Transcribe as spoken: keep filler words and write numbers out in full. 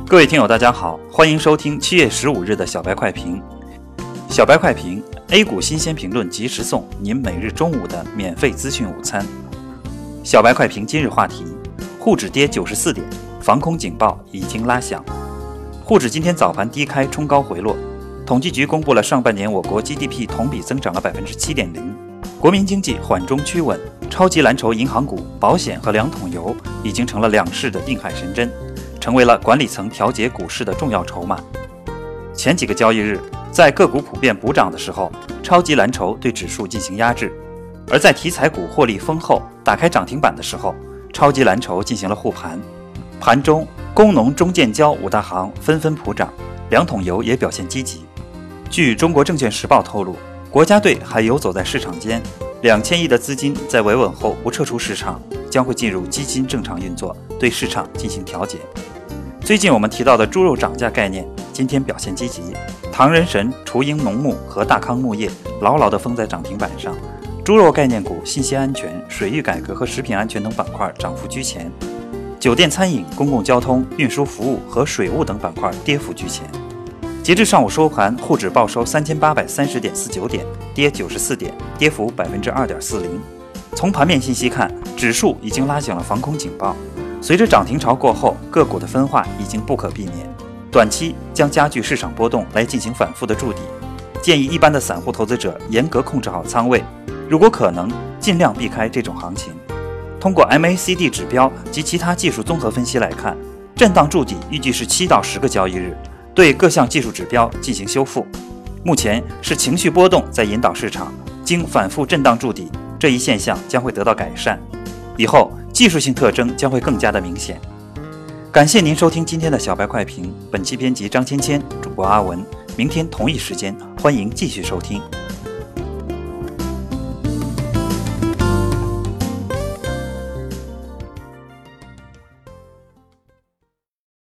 各位听友大家好，欢迎收听七月十五日的小白快评。小白快评 A 股新鲜评论及时送，您每日中午的免费资讯午餐。小白快评今日话题：沪指跌九十四点，防空警报已经拉响。沪指今天早盘低开冲高回落。统计局公布了上半年我国 G D P 同比增长了 百分之七点零， 国民经济缓中趋稳，超级蓝筹银行股、保险和两桶油已经成了两市的定海神针，成为了管理层调节股市的重要筹码。前几个交易日，在个股普遍补涨的时候，超级蓝筹对指数进行压制；而在题材股获利丰厚、打开涨停板的时候，超级蓝筹进行了护盘。盘中，工农、中建交五大行纷纷普涨，两桶油也表现积极。据中国证券时报透露，国家队还游走在市场间，两千亿的资金在维稳后不撤出市场，将会进入基金正常运作，对市场进行调节。最近我们提到的猪肉涨价概念，今天表现积极，唐人参、雏鹰农牧和大康牧业牢牢地封在涨停板上，猪肉概念股、信息安全、水域改革和食品安全等板块涨幅居前，酒店餐饮、公共交通、运输服务和水务等板块跌幅居前。截至上午收盘，沪指报收三千八百三十点四九点，跌九十四点，跌幅百分之二点四零。从盘面信息看，指数已经拉响了防空警报。随着涨停潮过后，个股的分化已经不可避免，短期将加剧市场波动来进行反复的筑底。建议一般的散户投资者严格控制好仓位，如果可能，尽量避开这种行情。通过 M A C D 指标及其他技术综合分析来看，震荡筑底预计是七到十个交易日。对各项技术指标进行修复，目前是情绪波动在引导市场，经反复震荡筑底，这一现象将会得到改善，以后技术性特征将会更加的明显。感谢您收听今天的小白快评，本期编辑张芊芊，主播阿文，明天同一时间欢迎继续收听。